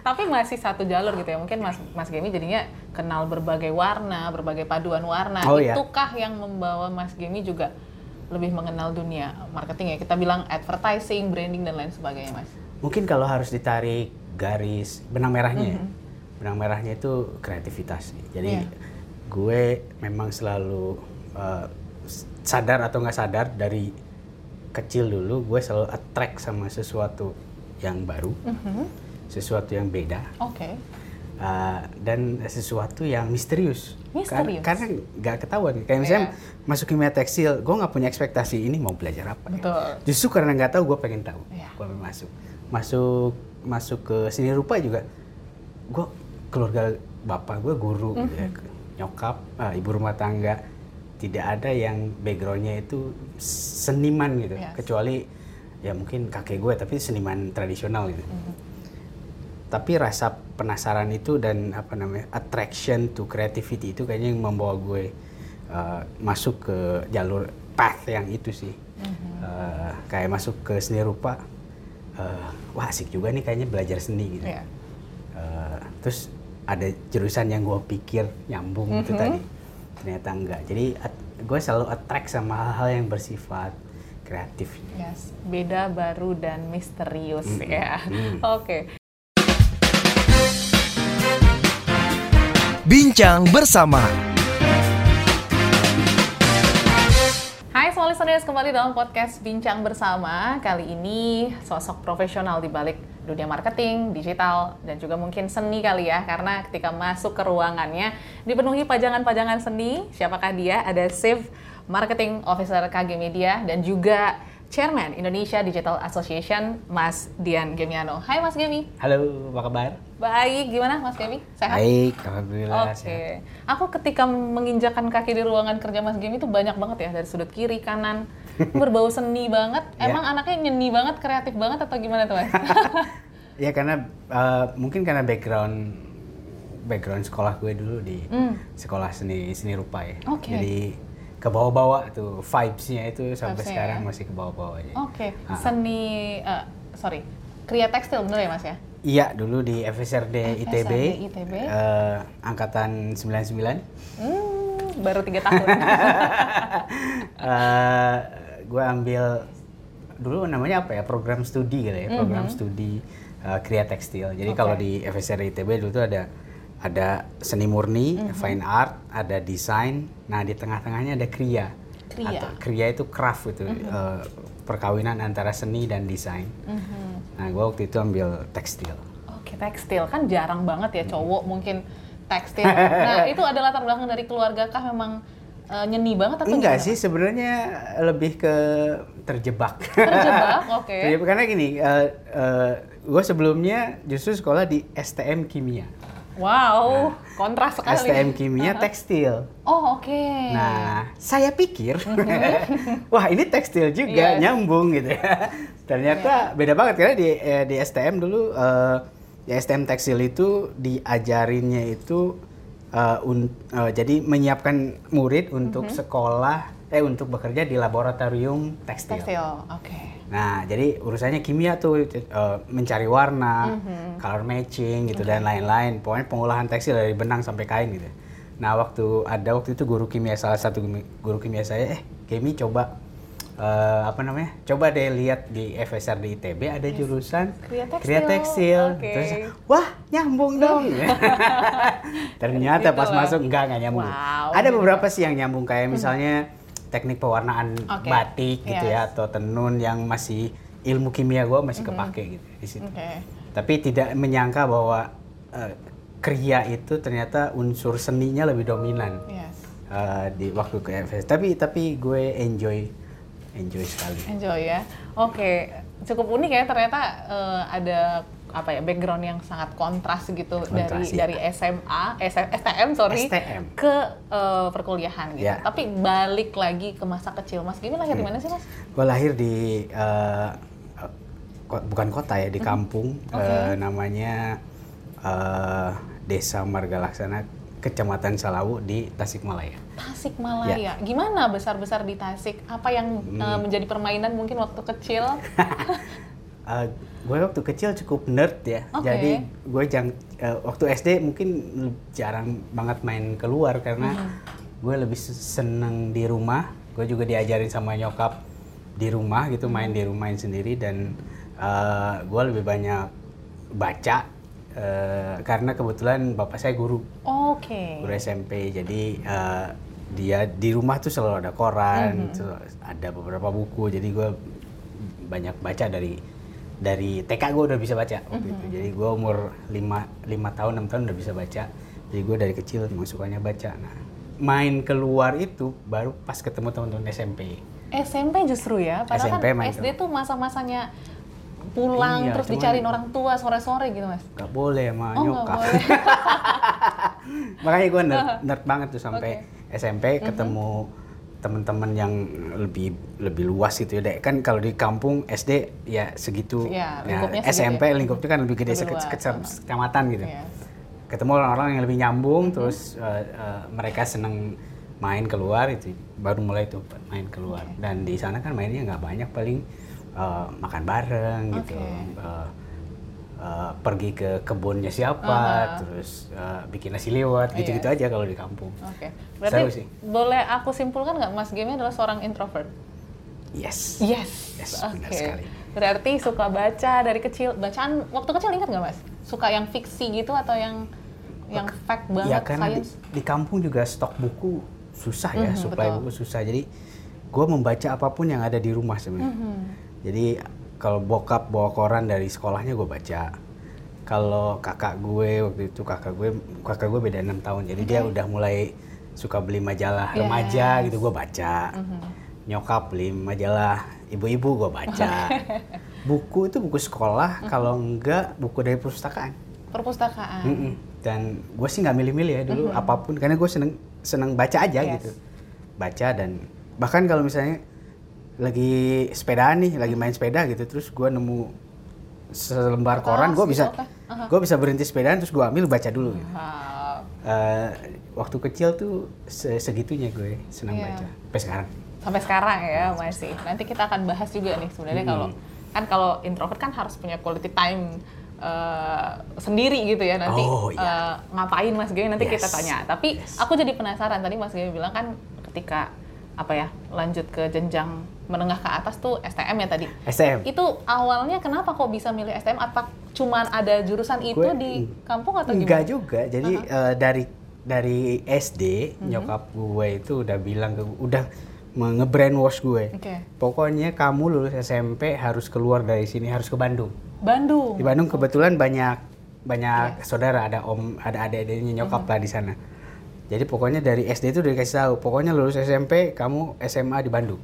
Tapi masih satu jalur gitu ya. Mungkin Mas Gemi jadinya kenal berbagai warna, berbagai paduan warna. Itukah yang membawa Mas Gemi juga lebih mengenal dunia marketing ya? Kita bilang advertising, branding dan lain sebagainya, Mas. Mungkin kalau harus ditarik garis benang merahnya, benang merahnya itu kreativitas. Jadi gue memang selalu sadar atau nggak sadar dari kecil dulu gue selalu attract sama sesuatu yang baru, sesuatu yang beda, dan sesuatu yang misterius. Karena nggak ketahuan. Kayak misalnya masuk kimia tekstil, gue nggak punya ekspektasi ini mau belajar apa. Ya. Justru karena nggak tahu gue pengen tahu, gue pengen masuk ke seni rupa juga. Gue keluarga bapak gue guru, gitu ya, nyokap, ibu rumah tangga. Tidak ada yang backgroundnya itu seniman gitu, kecuali ya mungkin kakek gue, tapi seniman tradisional gitu. Tapi rasa penasaran itu dan attraction to creativity itu kayaknya yang membawa gue masuk ke jalur path yang itu sih. Kayak masuk ke seni rupa, wah asik juga nih kayaknya belajar seni gitu. Terus ada jurusan yang gue pikir nyambung itu tadi. Ternyata enggak. Jadi gue selalu attract sama hal-hal yang bersifat kreatif. Yes, beda, baru, dan misterius ya. Oke. Bincang bersama. Hai semua listeners, kembali dalam podcast Bincang Bersama. Kali ini sosok profesional di balik dunia marketing, digital, dan juga mungkin seni kali ya. Karena ketika masuk ke ruangannya dipenuhi pajangan-pajangan seni. Siapakah dia? Ada Chief Marketing Officer KG Media dan juga Chairman Indonesia Digital Association, Mas Dian Gemiano. Hai Mas Gemi. Halo, apa kabar? Baik, gimana Mas Gemi? Sehat? Baik, alhamdulillah. Oke. Aku ketika menginjakan kaki di ruangan kerja Mas Gemi itu banyak banget ya, dari sudut kiri, kanan. Berbau seni banget. Emang anaknya nyeni banget, kreatif banget atau gimana tuh Mas? Ya karena mungkin karena background sekolah gue dulu di sekolah seni rupa ya. Jadi ke bawah-bawah tuh vibes-nya itu sampai sekarang masih ke bawah-bawah aja. Seni Kriya Tekstil bener ya Mas ya? Iya, dulu di FSRD ITB. Angkatan 99. Baru 3 tahun. Gue ambil dulu namanya apa ya? Program studi gitu ya, program studi Kriya Tekstil. Jadi kalau di FSRD ITB dulu tuh ada seni murni, fine art, ada desain. Nah, di tengah-tengahnya ada kriya. Atau kriya itu craft itu, perkawinan antara seni dan desain. Nah, gue waktu itu ambil tekstil. Tekstil kan jarang banget ya cowok mungkin tekstil. Nah, itu ada latar belakang dari keluarga kah memang nyeni banget atau enggak sih, sebenarnya lebih ke terjebak. Terjebak, Karena gini, gue sebelumnya justru sekolah di STM Kimia. Wow, kontras sekali. STM Kimia Tekstil. Nah, saya pikir, wah ini tekstil juga, nyambung gitu ya. Ternyata beda banget, karena di STM dulu, di STM Tekstil itu diajarinnya itu, jadi menyiapkan murid untuk untuk bekerja di laboratorium tekstil. Nah, jadi urusannya kimia tuh, mencari warna, color matching gitu dan lain-lain. Pokoknya pengolahan tekstil dari benang sampai kain gitu. Nah, waktu itu guru kimia, salah satu guru kimia saya, Gemi coba coba deh lihat di FSRD ITB ada jurusan Kriya Tekstil. Terus, wah nyambung dong. Ternyata pas masuk enggak nyambung. Ada beberapa sih yang nyambung, kayak misalnya teknik pewarnaan batik gitu ya, atau tenun yang masih ilmu kimia gue masih kepake gitu di situ. Tapi tidak menyangka bahwa kriya itu ternyata unsur seninya lebih dominan di waktu ke FS. Tapi gue enjoy sekali. Enjoy ya. Cukup unik ya ternyata, ada background yang sangat kontras gitu, dari STM ke perkuliahan gitu. Tapi balik lagi ke masa kecil, Mas Gemi lahir di mana sih Mas? Gue lahir di bukan kota ya, di kampung, namanya Desa Marga Laksana, Kecamatan Salawu di Tasikmalaya. Tasikmalaya. Gimana besar-besar di Tasik? Apa yang menjadi permainan mungkin waktu kecil? Gue waktu kecil cukup nerd ya. Jadi gue waktu SD mungkin jarang banget main keluar karena gue lebih seneng di rumah. Gue juga diajarin sama nyokap di rumah gitu, main di rumah sendiri, dan gue lebih banyak baca karena kebetulan bapak saya guru. Guru SMP. Jadi dia di rumah tuh selalu ada koran, ada beberapa buku. Jadi gue banyak baca dari TK gue udah bisa baca waktu itu. Jadi gue umur 5 tahun, 6 tahun udah bisa baca. Jadi gue dari kecil memang sukanya baca. Nah, main keluar itu baru pas ketemu teman-teman SMP. SMP justru ya? Padahal SMP kan SD tuh masa-masanya pulang terus dicariin orang tua sore-sore gitu, Mas? Gak boleh sama nyokap. Makanya gue nerd banget tuh sampai SMP ketemu teman-teman yang lebih luas gitu ya. Kan kalau di kampung SD ya segitu. Ya, SMP lingkupnya kan lebih gede kecamatan gitu. Ketemu orang-orang yang lebih nyambung, terus mereka seneng main keluar, itu baru mulai tuh main keluar. Dan di sana kan mainnya nggak banyak, paling makan bareng gitu. Pergi ke kebunnya siapa, terus bikin nasi liwet, gitu-gitu aja kalau di kampung. Berarti boleh aku simpulkan nggak Mas Gemi adalah seorang introvert? Yes, benar sekali. Berarti suka baca dari kecil. Bacaan waktu kecil ingat nggak, Mas? Suka yang fiksi gitu atau yang fact banget, ya, karena science? Di kampung juga stok buku susah ya, supply buku susah. Jadi gue membaca apapun yang ada di rumah sebenarnya. Jadi kalau bokap bawa koran dari sekolahnya gue baca. Kalau kakak gue waktu itu, kakak gue beda 6 tahun. Jadi dia udah mulai suka beli majalah remaja gitu, gue baca. Nyokap beli majalah ibu-ibu, gue baca. Buku itu buku sekolah, kalau enggak buku dari perpustakaan. Dan gue sih nggak milih-milih ya dulu apapun, karena gue seneng baca aja gitu. Baca, dan bahkan kalau misalnya lagi sepedaan nih, lagi main sepeda gitu, terus gue nemu selembar koran, gue bisa berhenti sepedaan terus gue ambil, baca dulu gitu. Waktu kecil tuh segitunya gue senang baca sampai sekarang ya masih. Nanti kita akan bahas juga nih sebenarnya kalau introvert kan harus punya quality time sendiri gitu ya nanti. Ngapain Mas Gemi nanti kita tanya. Tapi aku jadi penasaran, tadi Mas Gemi bilang kan ketika lanjut ke jenjang menengah ke atas tuh STM ya tadi. STM. Itu awalnya kenapa kok bisa milih STM? Apa cuman ada jurusan itu di kampung atau gimana? Enggak juga. Jadi dari SD nyokap gue itu udah bilang udah nge-brainwash gue. Pokoknya kamu lulus SMP harus keluar dari sini, harus ke Bandung. Di Bandung kebetulan banyak saudara, ada adik-adiknya nyokap lah di sana. Jadi pokoknya dari SD itu udah dikasih tahu, pokoknya lulus SMP kamu SMA di Bandung.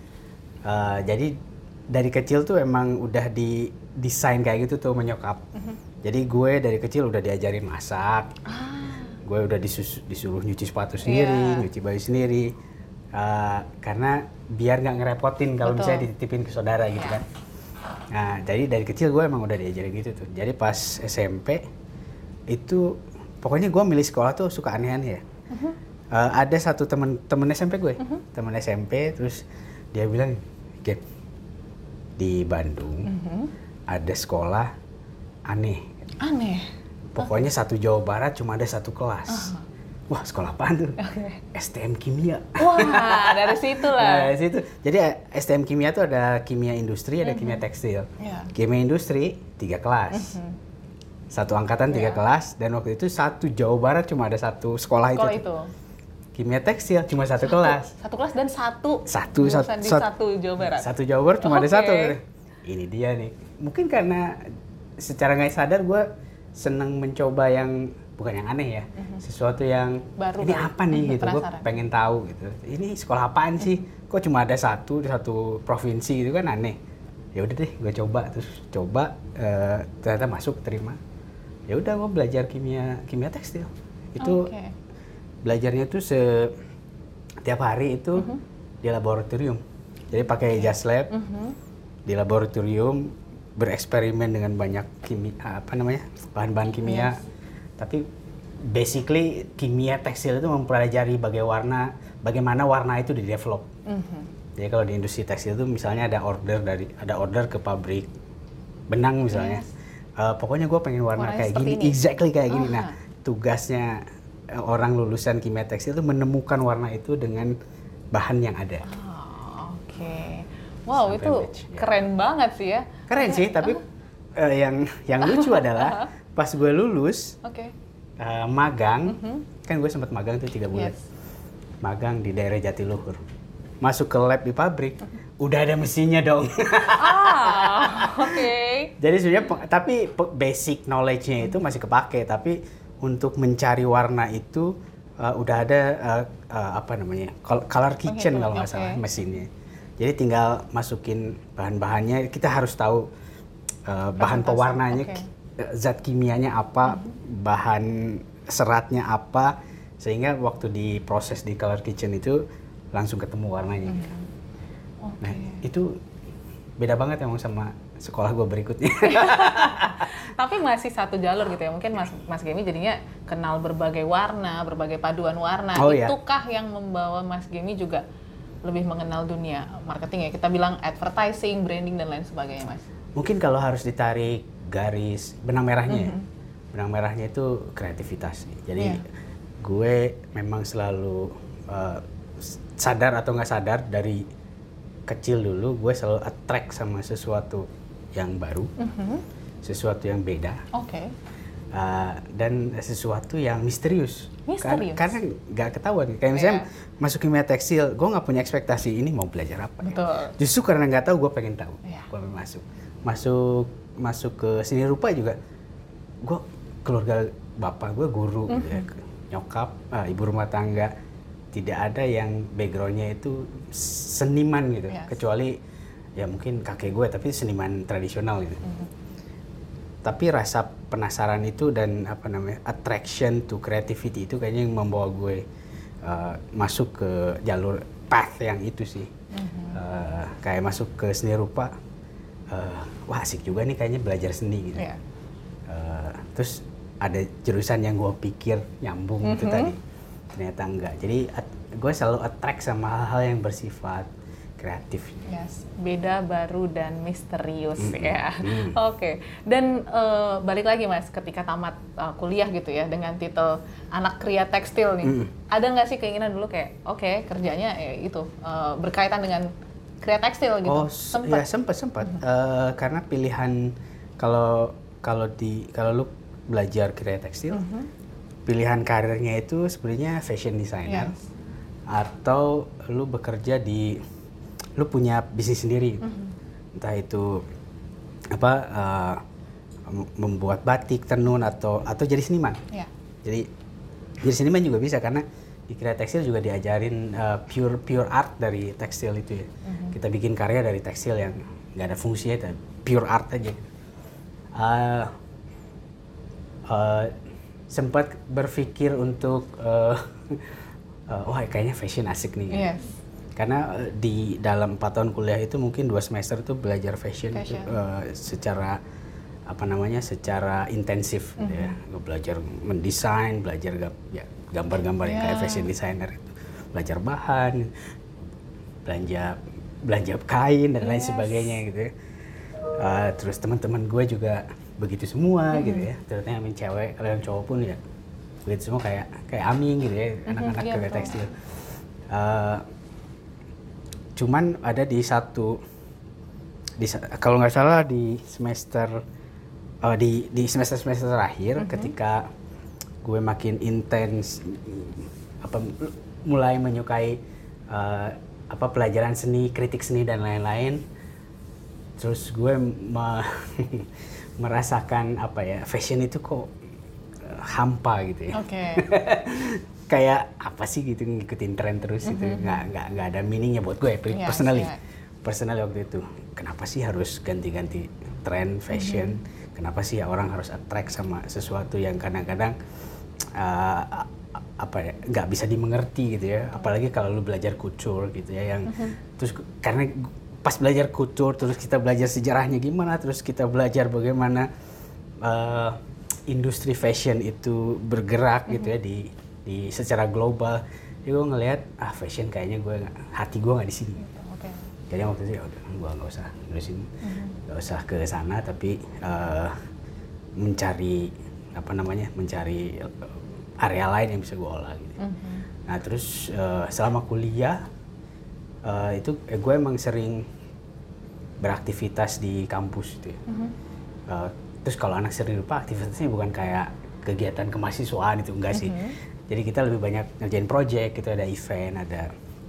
Jadi dari kecil tuh emang udah didesain kayak gitu tuh menyokap. Jadi gue dari kecil udah diajarin masak. Gue udah disuruh nyuci sepatu sendiri, nyuci baju sendiri. Karena biar nggak ngerepotin kalau misalnya dititipin ke saudara gitu kan. Nah, jadi dari kecil gue emang udah diajarin gitu tuh. Jadi pas SMP itu pokoknya gue milih sekolah tuh suka aneh-aneh ya. Ada satu temen SMP gue, temen SMP, terus dia bilang, Gap, di Bandung ada sekolah aneh. Pokoknya satu Jawa Barat cuma ada satu kelas. Wah, sekolah apaan tuh? STM Kimia. Wah, dari situ lah. Dari situ. Jadi STM Kimia tuh ada kimia industri, ada kimia tekstil. Kimia industri 3 kelas. Satu angkatan 3 kelas, dan waktu itu satu Jawa Barat cuma ada satu sekolah itu. Kimia tekstil cuma satu kelas. Satu kelas dan satu Jawa Barat. Satu Jawa Barat cuma ada satu. Ini dia nih. Mungkin karena secara nggak sadar gue seneng mencoba yang bukan yang aneh ya, sesuatu yang baru, ini apa nih gitu, gue pengen tahu gitu. Ini sekolah apaan sih? Kok cuma ada satu di satu provinsi gitu kan, aneh. Ya udah deh, gue coba, ternyata masuk, terima. Ya udah, gue belajar kimia tekstil. Itu belajarnya tuh tiap hari itu di laboratorium. Jadi pakai jas lab di laboratorium, bereksperimen dengan banyak bahan-bahan kimia. Tapi basically kimia tekstil itu mempelajari bagaimana warna itu di-develop. Jadi kalau di industri tekstil itu misalnya ada order ke pabrik benang misalnya. Pokoknya gue pengen warna kayak gini, exactly kayak gini. Nah, tugasnya orang lulusan kimia tekstil itu menemukan warna itu dengan bahan yang ada. Oke. Wow, sampai itu keren banget sih ya. Keren sih, tapi yang lucu adalah pas gue lulus, magang, kan gue sempat magang tuh 3 bulan. Magang di daerah Jatiluhur. Masuk ke lab di pabrik, udah ada mesinnya dong. Jadi sebenarnya tapi basic knowledge-nya itu masih kepake, tapi untuk mencari warna itu udah ada color kitchen kalau nggak salah mesinnya. Jadi tinggal masukin bahan-bahannya, kita harus tahu bahan pewarnanya, zat kimianya apa, bahan seratnya apa, sehingga waktu diproses di color kitchen itu langsung ketemu warnanya. Nah, itu beda banget emang sama sekolah gue berikutnya. Tapi masih satu jalur gitu ya. Mungkin Mas Gemi jadinya kenal berbagai warna, berbagai paduan warna. Itukah yang membawa Mas Gemi juga lebih mengenal dunia marketing ya? Kita bilang advertising, branding dan lain sebagainya, Mas. Mungkin kalau harus ditarik garis benang merahnya, benang merahnya itu kreativitas. Jadi gue memang selalu sadar atau nggak sadar dari kecil dulu gue selalu attract sama sesuatu yang baru, sesuatu yang beda, dan sesuatu yang misterius. Karena nggak ketahuan. Kayak misalnya masuk kimia tekstil, gue nggak punya ekspektasi ini mau belajar apa. Justru karena nggak tahu, gue pengen tahu. Gue masuk ke seni rupa juga. Gue keluarga bapak gue guru, nyokap, ibu rumah tangga. Tidak ada yang backgroundnya itu seniman gitu, kecuali ya mungkin kakek gue, tapi seniman tradisional gitu. Tapi rasa penasaran itu dan attraction to creativity itu kayaknya yang membawa gue masuk ke jalur path yang itu sih. Kayak masuk ke seni rupa, wah asik juga nih kayaknya belajar seni gitu. Terus ada jurusan yang gue pikir nyambung itu tadi. Ternyata enggak. Jadi gue selalu attract sama hal-hal yang bersifat kreatif. Beda, baru, dan misterius ya. Dan balik lagi Mas, ketika tamat kuliah gitu ya dengan titel anak kria tekstil nih, ada nggak sih keinginan dulu kayak kerjanya itu berkaitan dengan kria tekstil gitu? Sempat. Karena pilihan kalau lu belajar kria tekstil, pilihan karirnya itu sebenarnya fashion designer, atau lu bekerja lu punya bisnis sendiri, entah itu membuat batik, tenun, atau jadi seniman. Jadi seniman juga bisa, karena di kria tekstil juga diajarin pure art dari tekstil itu ya. Kita bikin karya dari tekstil yang nggak ada fungsinya, pure art aja. Sempat berpikir untuk kayaknya fashion asik nih. Karena di dalam 4 tahun kuliah itu mungkin 2 semester itu belajar fashion. Itu, secara secara intensif gitu ya. Belajar mendesain, belajar gambar-gambar yang kayak fashion designer itu. Belajar bahan, belanja kain dan lain sebagainya gitu ya. Terus teman-teman gue juga begitu semua gitu ya, terutama yang cewek, kalau yang cowok pun ya begitu semua kayak Aming gitu ya, anak-anak kria tekstil. Cuman ada kalau nggak salah di semester terakhir, ketika gue makin intens mulai menyukai pelajaran seni, kritik seni dan lain-lain, terus gue merasakan fashion itu kok hampa gitu ya. Kayak apa sih gitu, ngikutin tren terus gitu, nggak ada meaningnya buat gue personally waktu itu. Kenapa sih harus ganti-ganti tren fashion? Kenapa sih orang harus attract sama sesuatu yang kadang-kadang nggak bisa dimengerti gitu ya, apalagi kalau lu belajar couture gitu ya, yang terus karena pas belajar couture, terus kita belajar sejarahnya gimana, terus kita belajar bagaimana industri fashion itu bergerak gitu ya di secara global. Jadi gue ngelihat fashion kayaknya hati gue nggak di sini. Jadi waktu itu ya udah, gue nggak usah nulisin, nggak usah ke sana, tapi mencari area lain yang bisa gue olah gitu. Nah terus selama kuliah itu gue emang sering beraktivitas di kampus gitu ya. Terus kalau anak sering lupa, aktivitasnya bukan kayak kegiatan kemahasiswaan itu, enggak sih. Jadi kita lebih banyak ngerjain project, gitu, ada event, ada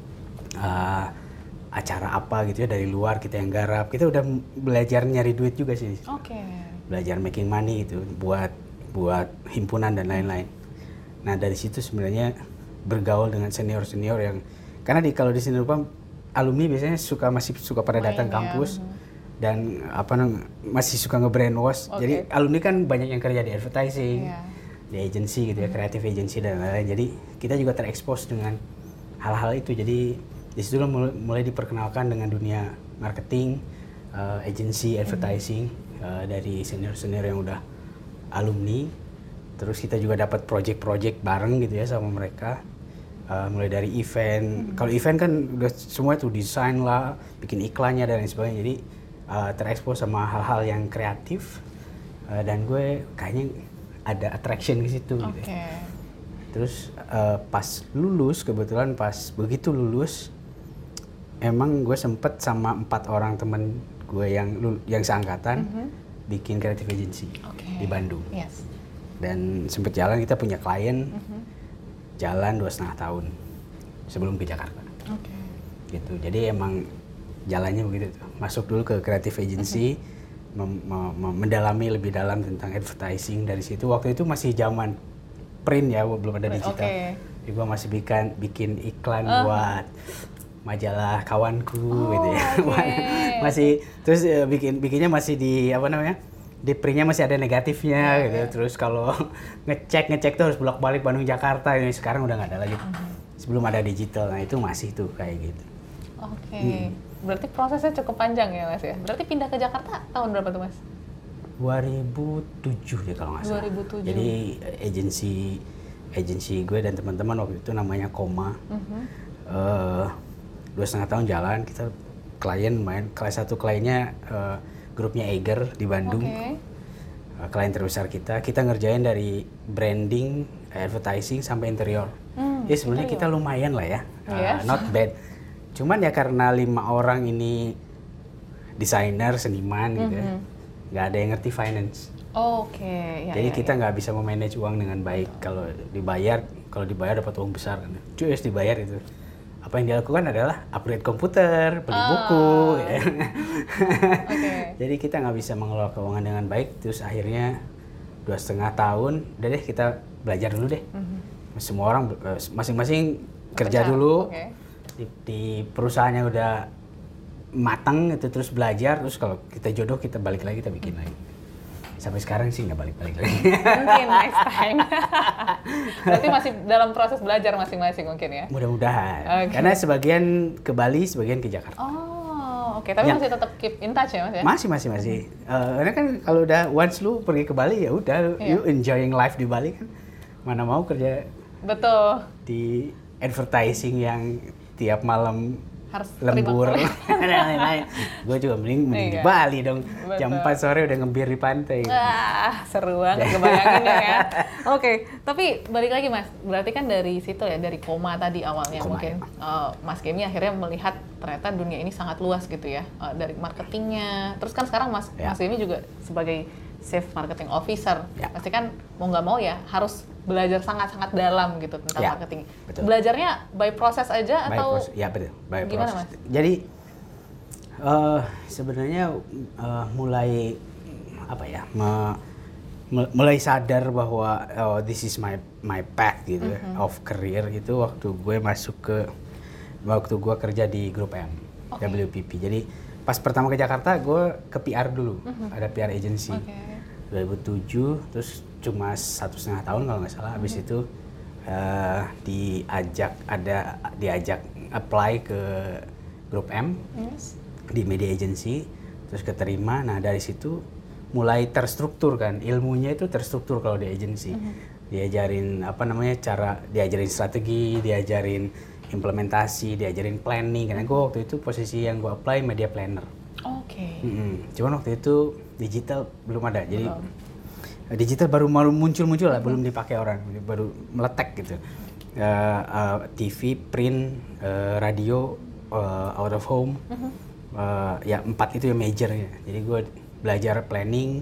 acara apa gitu ya dari luar kita yang garap. Kita udah belajar nyari duit juga sih. Belajar making money gitu buat himpunan dan lain-lain. Nah dari situ sebenarnya bergaul dengan senior-senior yang karena kalau di seni rupa alumni biasanya masih suka pada datang kampus dan masih suka nge-brainwash. Jadi alumni kan banyak yang kerja di advertising, di agency gitu ya, creative agency dan lain-lain. Jadi kita juga terekspos dengan hal-hal itu. Jadi di situ mulai diperkenalkan dengan dunia marketing, agency, advertising dari senior-senior yang udah alumni. Terus kita juga dapat project-project bareng gitu ya sama mereka. Mulai dari event. Kalau event kan udah semua itu desain lah, bikin iklannya dan lain sebagainya. Jadi terekspos sama hal-hal yang kreatif. Dan gue kayaknya ada attraction ke situ gitu. Terus pas lulus, kebetulan pas begitu lulus, emang gue sempet sama 4 orang temen gue yang seangkatan bikin creative agency di Bandung. Dan sempet jalan, kita punya klien jalan 2,5 tahun sebelum ke Jakarta. Gitu. Jadi emang jalannya begitu tuh. Masuk dulu ke creative agency, mendalami lebih dalam tentang advertising dari situ. Waktu itu masih zaman print ya, belum ada digital. Jadi gue masih bikin iklan buat majalah kawanku gitu ya. Masih terus bikinnya masih di di printnya masih ada negatifnya gitu. Terus kalau ngecek tuh harus bolak-balik Bandung Jakarta. Ini sekarang udah nggak ada lagi. Sebelum ada digital, nah itu masih tuh kayak gitu. Berarti prosesnya cukup panjang ya Mas ya. Berarti pindah ke Jakarta tahun berapa tuh Mas? 2007 deh kalau nggak salah. 2007. Jadi agensi gue dan teman-teman waktu itu namanya Koma. 2,5 tahun jalan, kita salah satu kliennya grupnya Eiger di Bandung. Klien terbesar kita ngerjain dari branding, advertising sampai interior. Ya sebenarnya kita lumayan lah ya, not bad. Cuman ya karena 5 orang ini desainer, seniman gitu ya, nggak ada yang ngerti finance. Jadi kita nggak bisa memanage uang dengan baik. Kalau dibayar dapat uang besar kan. Cus dibayar itu. Apa yang dilakukan adalah upgrade komputer, beli buku. Ya. Jadi kita nggak bisa mengelola keuangan dengan baik. Terus akhirnya 2,5 tahun, udah deh kita belajar dulu deh. Semua orang masing-masing kerja dulu. Di perusahaannya udah matang itu, terus belajar, terus kalau kita jodoh kita balik lagi, kita bikin lagi. Sampai sekarang sih nggak balik-balik lagi. Mungkin next time. Berarti masih dalam proses belajar masing-masing mungkin ya? Mudah-mudahan. Karena sebagian ke Bali, sebagian ke Jakarta. Tapi masih tetap keep in touch ya Mas ya? Masih. Karena kan kalau udah once lu pergi ke Bali ya udah, you enjoying life di Bali kan. Mana mau kerja di advertising yang tiap malam harus lembur dan lain-lain. Gue juga mending di Bali dong. Jam 4 sore udah ngebir di pantai. Seru banget kebayangin ya. Tapi balik lagi Mas, berarti kan dari situ ya, dari Koma tadi awalnya mungkin Mas Gemi akhirnya melihat ternyata dunia ini sangat luas gitu ya, dari marketingnya. Terus kan sekarang Mas Gemi juga sebagai Chief Marketing Officer, pasti kan mau nggak mau ya harus belajar sangat-sangat dalam gitu tentang marketing. Betul. Belajarnya by process aja atau betul, by gimana process. Mas? Jadi sebenarnya mulai mulai sadar bahwa this is my path gitu of career itu waktu gue kerja di Grup M, WPP. Jadi pas pertama ke Jakarta gue ke PR dulu, ada PR agency. 2007, terus cuma 1,5 tahun kalau nggak salah. Habis itu diajak apply ke Grup M di media agency, terus keterima. Nah dari situ mulai terstruktur kan, ilmunya itu terstruktur kalau di agency. Diajarin diajarin strategi, diajarin implementasi, diajarin planning. Karena gue waktu itu posisi yang gue apply media planner. Oke. Cuman waktu itu digital belum ada, jadi digital baru muncul lah, belum dipakai orang, baru meletek gitu. TV, print, radio, out of home, ya 4 itu yang majornya. Jadi gue belajar planning,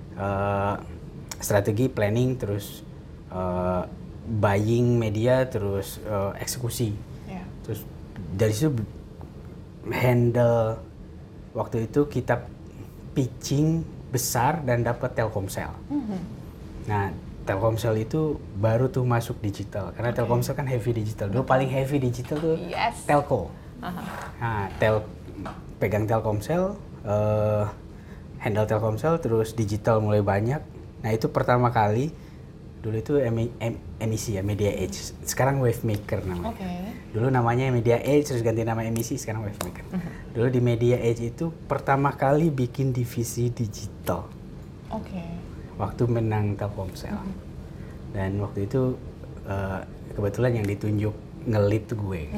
strategi planning, terus buying media, terus eksekusi. Terus dari situ handle, waktu itu kita pitching besar dan dapat Telkomsel. Nah, Telkomsel itu baru tuh masuk digital, karena Telkomsel kan heavy digital. Dulu paling heavy digital tuh Telco. Nah, pegang Telkomsel, handle Telkomsel, terus digital mulai banyak. Nah, itu pertama kali. Dulu itu emisi ya, Media Age. Sekarang Wavemaker namanya. Dulu namanya Media Age, terus ganti nama emisi, sekarang Wavemaker. Dulu di Media Age itu pertama kali bikin divisi digital. Waktu menang Telkomsel. Dan waktu itu kebetulan yang ditunjuk nge-lead tuh gue.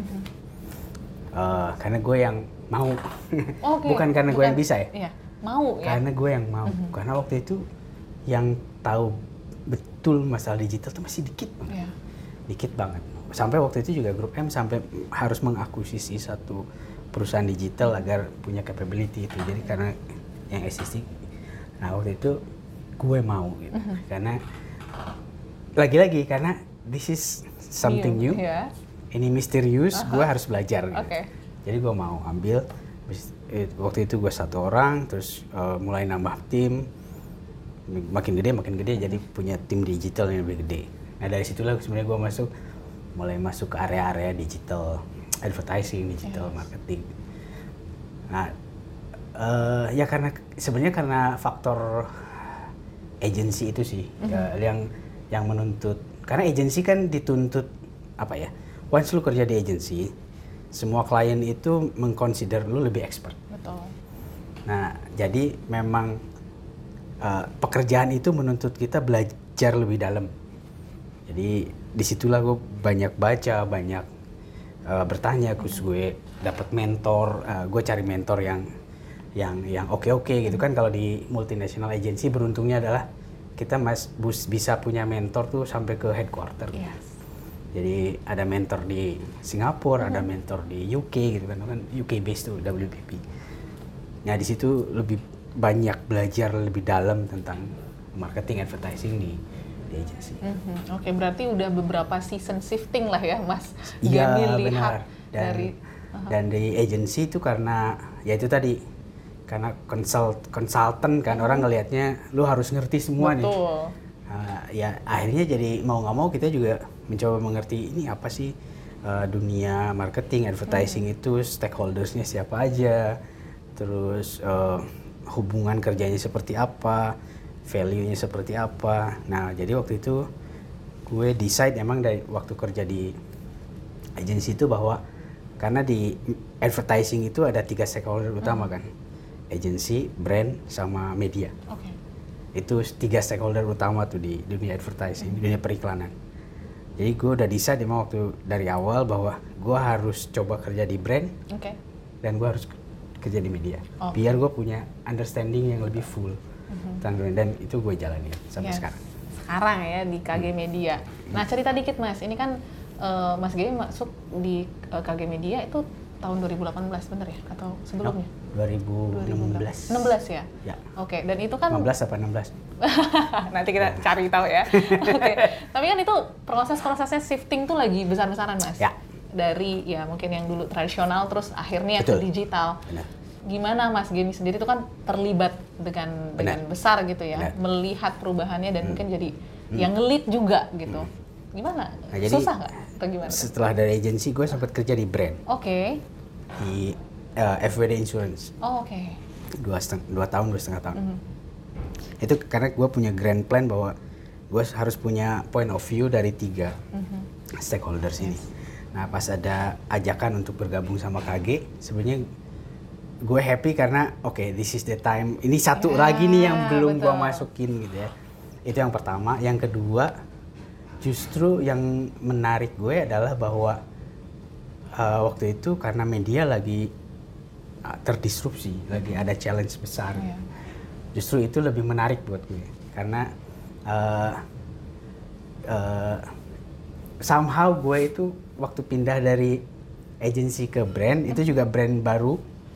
Karena gue yang mau. Bukan karena gue yang bisa ya. Mau ya. Karena gue yang mau. Karena waktu itu yang tahu betul masalah digital tuh masih dikit banget. Dikit banget. Sampai waktu itu juga Grup M sampai harus mengakuisisi satu perusahaan digital agar punya capability itu. Jadi karena yang existing, nah waktu itu gue mau gitu. Karena lagi-lagi karena this is something new. Ini misterius, gue harus belajar gitu. Jadi gue mau ambil. Waktu itu gue 1 orang, terus mulai nambah tim. Makin gede jadi punya tim digital yang lebih gede. Nah dari situlah sebenarnya gue mulai masuk ke area-area digital advertising, digital marketing. Nah ya sebenarnya karena faktor agency itu sih yang menuntut. Karena agency kan dituntut apa ya? Once lu kerja di agency, semua klien itu mengconsider lu lebih expert. Betul. Nah jadi memang pekerjaan itu menuntut kita belajar lebih dalam. Jadi disitulah gue banyak baca, banyak bertanya, terus gue dapat mentor, gue cari mentor yang oke gitu kan. Kalau di multinational agency beruntungnya adalah kita bisa punya mentor tuh sampai ke headquarter. Jadi ada mentor di Singapura, ada mentor di UK gitu kan UK based tuh WPP. Nah di situ lebih banyak belajar lebih dalam tentang marketing advertising di agency. Berarti udah beberapa season shifting lah ya Mas. Iya benar. Dan di agency itu karena ya itu tadi, karena konsultan kan orang ngelihatnya lu harus ngerti semua. Betul. Nih. Ya akhirnya jadi mau nggak mau kita juga mencoba mengerti ini apa sih dunia marketing advertising itu, stakeholdersnya siapa aja, terus hubungan kerjanya seperti apa, value-nya seperti apa. Nah, jadi waktu itu gue decide emang dari waktu kerja di agency itu bahwa karena di advertising itu ada 3 stakeholder utama kan. Agency, brand, sama media. Itu 3 stakeholder utama tuh di dunia advertising, di dunia periklanan. Jadi gue udah decide emang waktu dari awal bahwa gue harus coba kerja di brand. Dan gue harus kerja di media, biar gue punya understanding yang lebih full tentang dunia, dan itu gue jalanin sampai sekarang. Sekarang ya di KG Media. Nah cerita dikit Mas, ini kan Mas G masuk di KG Media itu tahun 2018 bener ya? Atau sebelumnya? 2016. 16 ya? Ya. Dan itu kan 15 apa 16? nanti kita cari tahu ya. Tapi kan itu proses-prosesnya shifting tuh lagi besar-besaran Mas. Dari ya mungkin yang dulu tradisional terus akhirnya ke digital. Gimana Mas Gemi sendiri itu kan terlibat dengan besar gitu ya, melihat perubahannya dan mungkin jadi yang nge-lead juga gitu. Gimana? Nah, jadi, susah nggak? Atau gimana? Setelah dari agensi gue sempat kerja di brand. Di FWD Insurance. 2 tahun, 2,5 tahun. Itu karena gue punya grand plan bahwa gue harus punya point of view dari 3 stakeholders ini. Nah pas ada ajakan untuk bergabung sama KG, sebenarnya gue happy karena this is the time. Ini satu lagi nih yang belum gue masukin gitu ya. Itu yang pertama. Yang kedua, justru yang menarik gue adalah bahwa waktu itu karena media lagi terdisrupsi, lagi ada challenge besar. Justru itu lebih menarik buat gue karena somehow gue itu waktu pindah dari agency ke brand itu juga brand baru,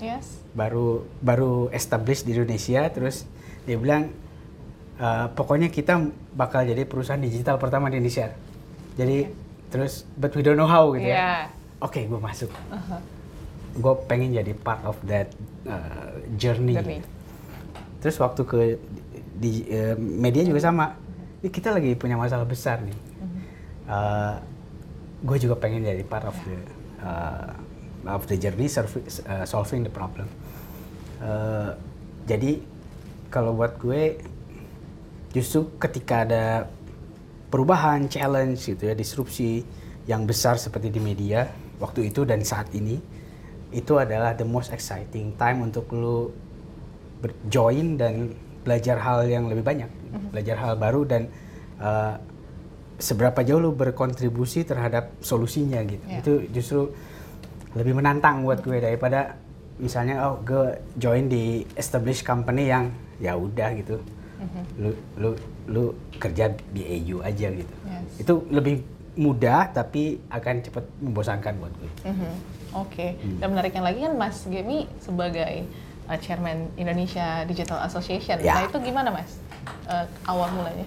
baru established di Indonesia. Terus dia bilang pokoknya kita bakal jadi perusahaan digital pertama di Indonesia. Jadi terus but we don't know how gitu ya. Oke, gue masuk. Gue pengen jadi part of that journey. Terus waktu di media juga sama. Ini kita lagi punya masalah besar nih. Gue juga pengen jadi part of the journey solving the problem. Jadi kalau buat gue justru ketika ada perubahan, challenge gitu ya, disrupsi yang besar seperti di media waktu itu dan saat ini, itu adalah the most exciting time untuk lu join dan belajar hal yang lebih banyak, belajar hal baru dan seberapa jauh lu berkontribusi terhadap solusinya gitu. Itu justru lebih menantang buat gue daripada misalnya gue join di established company yang ya udah gitu. Lu kerja di AU aja gitu. Itu lebih mudah tapi akan cepat membosankan buat gue. Oke. Dan menariknya lagi kan Mas Gemi sebagai Chairman Indonesia Digital Association. Nah itu gimana Mas awal mulanya?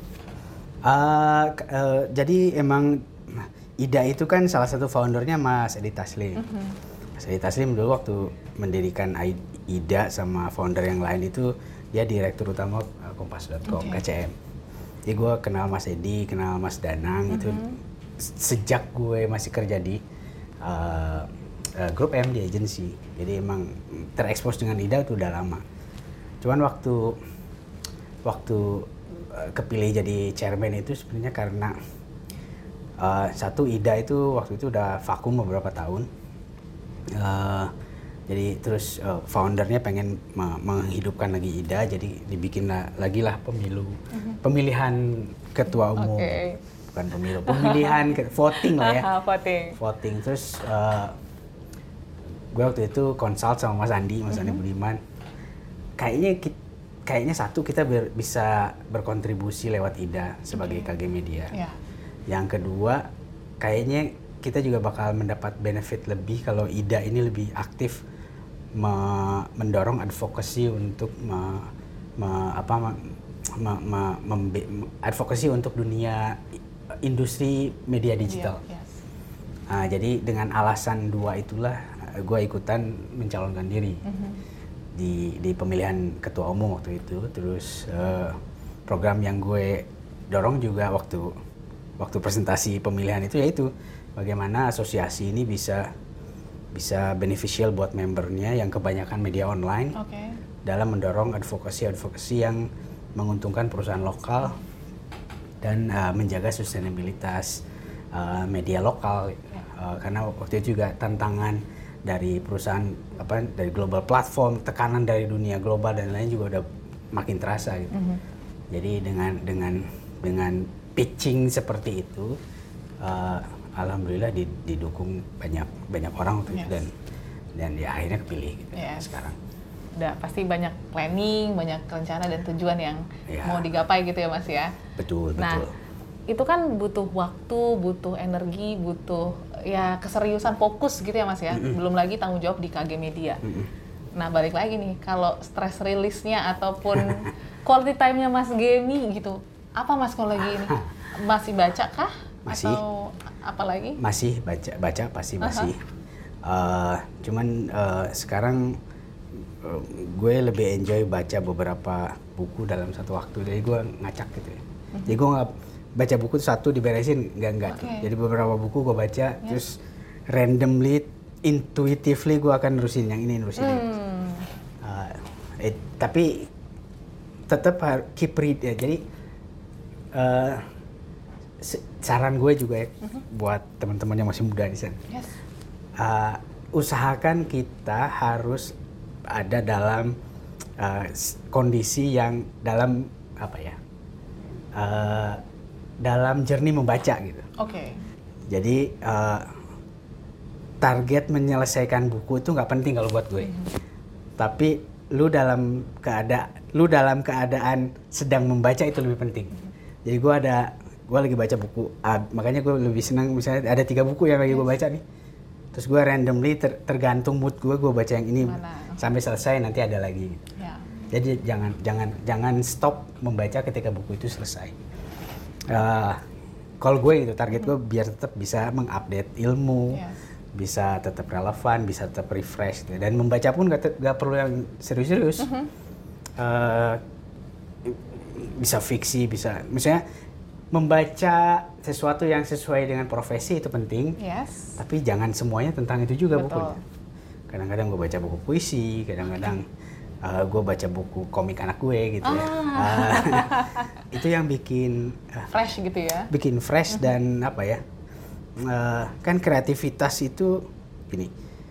Jadi emang IDA itu kan salah satu foundernya Mas Edi Taslim. Mas Edi Taslim dulu waktu mendirikan IDA sama founder yang lain itu dia direktur utama Kompas.com, KCM. Jadi gue kenal Mas Edi, kenal Mas Danang itu sejak gue masih kerja di Grup M di agency. Jadi emang terekspos dengan IDA itu udah lama. Cuman waktu kepilih jadi chairman itu sebenarnya karena satu IDA itu waktu itu udah vakum beberapa tahun. Jadi terus foundernya pengen menghidupkan lagi IDA, jadi dibikin lagi lah pemilihan ketua umum. Bukan pemilu, pemilihan voting lah ya. Voting. Terus gue waktu itu consult sama Mas Andi Budiman. Kayaknya satu kita bisa berkontribusi lewat IDA sebagai KG Media. Yang kedua, kayaknya kita juga bakal mendapat benefit lebih kalau IDA ini lebih aktif mendorong advokasi untuk advokasi untuk dunia industri media digital. Jadi dengan alasan dua itulah gue ikutan mencalonkan diri di pemilihan ketua umum waktu itu. Terus program yang gue dorong juga waktu presentasi pemilihan itu yaitu bagaimana asosiasi ini bisa beneficial buat membernya yang kebanyakan media online dalam mendorong advokasi yang menguntungkan perusahaan lokal dan menjaga sustainabilitas media lokal. Karena waktu itu juga tantangan dari perusahaan dari global platform, tekanan dari dunia global dan lain juga udah makin terasa gitu. Jadi dengan pitching seperti itu, alhamdulillah didukung banyak orang waktu itu dan ya akhirnya kepilih gitu sekarang. Udah pasti banyak planning, banyak rencana dan tujuan yang mau digapai gitu ya Mas ya. Betul. Nah, itu kan butuh waktu, butuh energi, butuh ya keseriusan, fokus gitu ya Mas ya. Belum lagi tanggung jawab di KG Media. Nah, balik lagi nih, kalau stress release-nya ataupun quality time-nya Mas Gemi gitu, apa Mas kalau lagi ini? Masih baca kah? Masih. Atau apa lagi? Masih baca pasti masih. Cuman sekarang gue lebih enjoy baca beberapa buku dalam satu waktu. Jadi gue ngacak gitu ya. Jadi gue nggak baca buku satu diberesin, enggak. Jadi beberapa buku gue baca, terus randomly, intuitively gue akan nerusin yang ini, nerusin ini. Tapi tetap keep read ya. Jadi saran gue juga ya buat teman-teman yang masih muda di sana. Usahakan kita harus ada dalam kondisi yang dalam dalam journey membaca gitu. Oke. Jadi target menyelesaikan buku itu nggak penting kalau buat gue. Tapi lu dalam keadaan sedang membaca itu lebih penting. Jadi gue lagi baca buku A, makanya gue lebih senang misalnya ada 3 buku yang lagi gue baca nih. Terus gue randomly tergantung mood gue baca yang ini sampai selesai, nanti ada lagi. Ya. Jadi jangan stop membaca ketika buku itu selesai. Kalau gue gitu, target gue biar tetap bisa mengupdate ilmu, bisa tetap relevan, bisa tetap refresh. Gitu. Dan membaca pun gak perlu yang serius-serius. Bisa fiksi, bisa misalnya membaca sesuatu yang sesuai dengan profesi itu penting. Yes. Tapi jangan semuanya tentang itu juga bukunya. Kadang-kadang gue baca buku puisi, kadang-kadang gue baca buku komik anak gue gitu ya. Itu yang bikin fresh gitu ya. Bikin fresh dan apa ya? Kan kreativitas itu gini.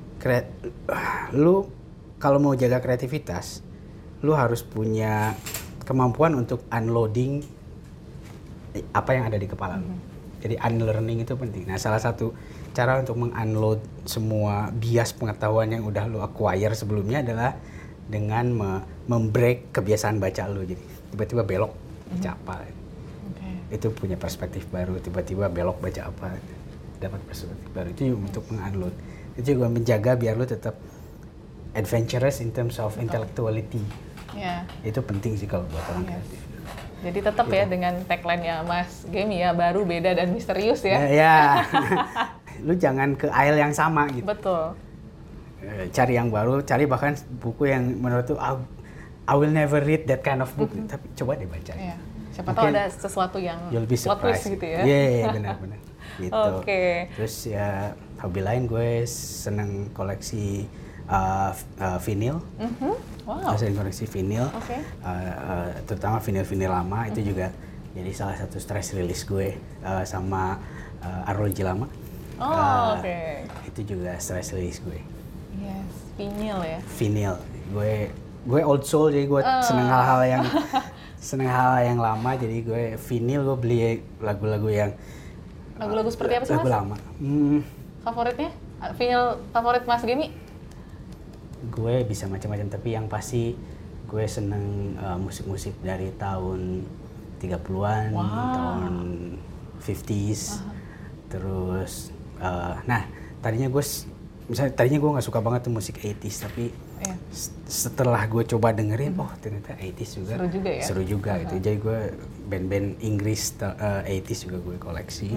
Lu kalau mau jaga kreativitas, lu harus punya kemampuan untuk unloading apa yang ada di kepala lu. Jadi unlearning itu penting. Nah, salah satu cara untuk mengunload semua bias pengetahuan yang udah lu acquire sebelumnya adalah dengan membreak kebiasaan baca lu. Jadi tiba-tiba belok baca apa. Itu punya perspektif baru, tiba-tiba belok baca apa. Dapat perspektif baru. Itu untuk mengunload. Itu juga menjaga biar lu tetap adventurous in terms of intellectuality. Itu penting sih kalau buat orang kreatif. Jadi tetap ya dengan tagline-nya Mas Gemi ya, baru, beda, dan misterius ya. Lu jangan ke aisle yang sama gitu. Betul. Cari yang baru, cari bahkan buku yang menurut tuh I will never read that kind of book. Tapi coba deh baca. Siapa tahu ada sesuatu yang plot twist gitu ya. Iya, benar-benar. Gitu. Terus ya hobi lain gue seneng koleksi vinyl. Sering koleksi vinyl. Terutama vinyl lama itu juga jadi salah satu stress release gue sama arloji lama. Itu juga stress release gue. Yes, vinyl ya. Vinyl. Gue old soul, jadi gue seneng hal yang lama, jadi gue vinyl, gue beli lagu-lagu yang lagu-lagu seperti apa sih Mas? Lagu lama. Favoritnya? Vinyl favorit Mas Gemi? Gue bisa macam-macam, tapi yang pasti gue seneng musik-musik dari tahun 30-an, tahun 50s. Terus tadinya gue nggak suka banget tuh musik 80s, tapi setelah gue coba dengerin, ternyata 80s juga seru juga gitu. Jadi gue band-band Inggris 80s juga gue koleksi.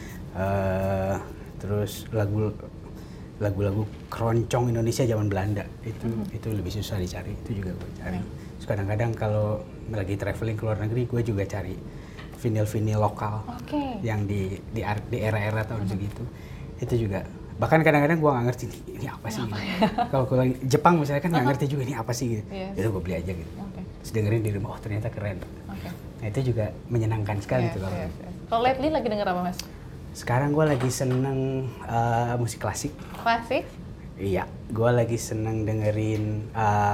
Terus lagu-lagu keroncong Indonesia zaman Belanda itu lebih susah dicari, itu juga gue cari. Terus kadang-kadang kalau lagi traveling ke luar negeri, gue juga cari vinyl lokal yang di era-era tahun segitu. Itu juga. Bahkan kadang-kadang gue nggak ngerti ini apa sih. Kalau lagi Jepang misalnya kan nggak ngerti juga ini apa sih gitu. Jadi gue beli aja gitu. Terus dengerin di rumah, ternyata keren. Nah itu juga menyenangkan sekali tuh kalau. Kalau lately lagi denger apa Mas? Sekarang gue lagi seneng musik klasik. Klasik? Iya, gue lagi seneng dengerin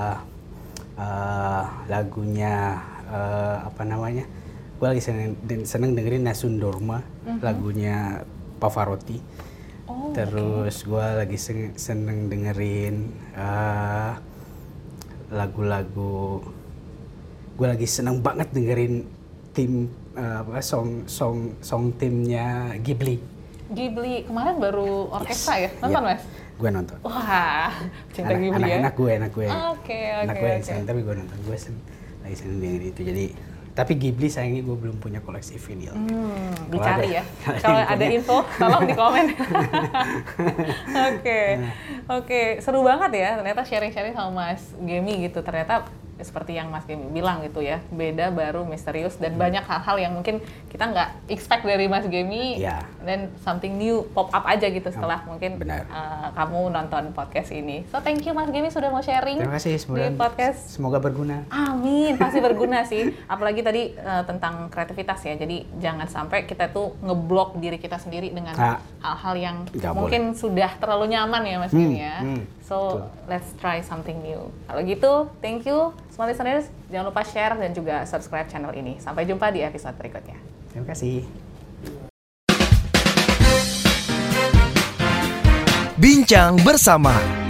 lagunya apa namanya? Gue lagi seneng dengerin Nessun Dorma, lagunya Pavarotti. Terus gue lagi seneng dengerin lagu-lagu. Gue lagi seneng banget dengerin song timnya Ghibli. Ghibli kemarin baru orkestra ya? Nonton Mas? Gue nonton. Wah, cinta Ghibli ya? Anak gue. Anak gue Okay. tapi gue nonton. Gue lagi seneng dengerin itu. Jadi tapi Ghibli sayangnya gue belum punya koleksi vinyl. Dicari ya. Kalau ada info, tolong di komen. Oke. Seru banget ya. Ternyata sharing-sharing sama Mas Gemi gitu. Ternyata seperti yang Mas Gemi bilang gitu ya, beda, baru, misterius, dan banyak hal-hal yang mungkin kita nggak expect dari Mas Gemi, dan something new pop up aja gitu setelah mungkin kamu nonton podcast ini. So thank you Mas Gemi sudah mau sharing. Terima kasih, di podcast. Semoga berguna. Amin, pasti berguna sih. Apalagi tadi tentang kreativitas ya, jadi jangan sampai kita tuh ngeblok diri kita sendiri dengan hal-hal yang mungkin sudah terlalu nyaman ya Mas Gemi ya. So let's try something new. Kalau gitu, thank you semua listeners. Jangan lupa share dan juga subscribe channel ini. Sampai jumpa di episode berikutnya. Terima kasih. Bincang Bersama.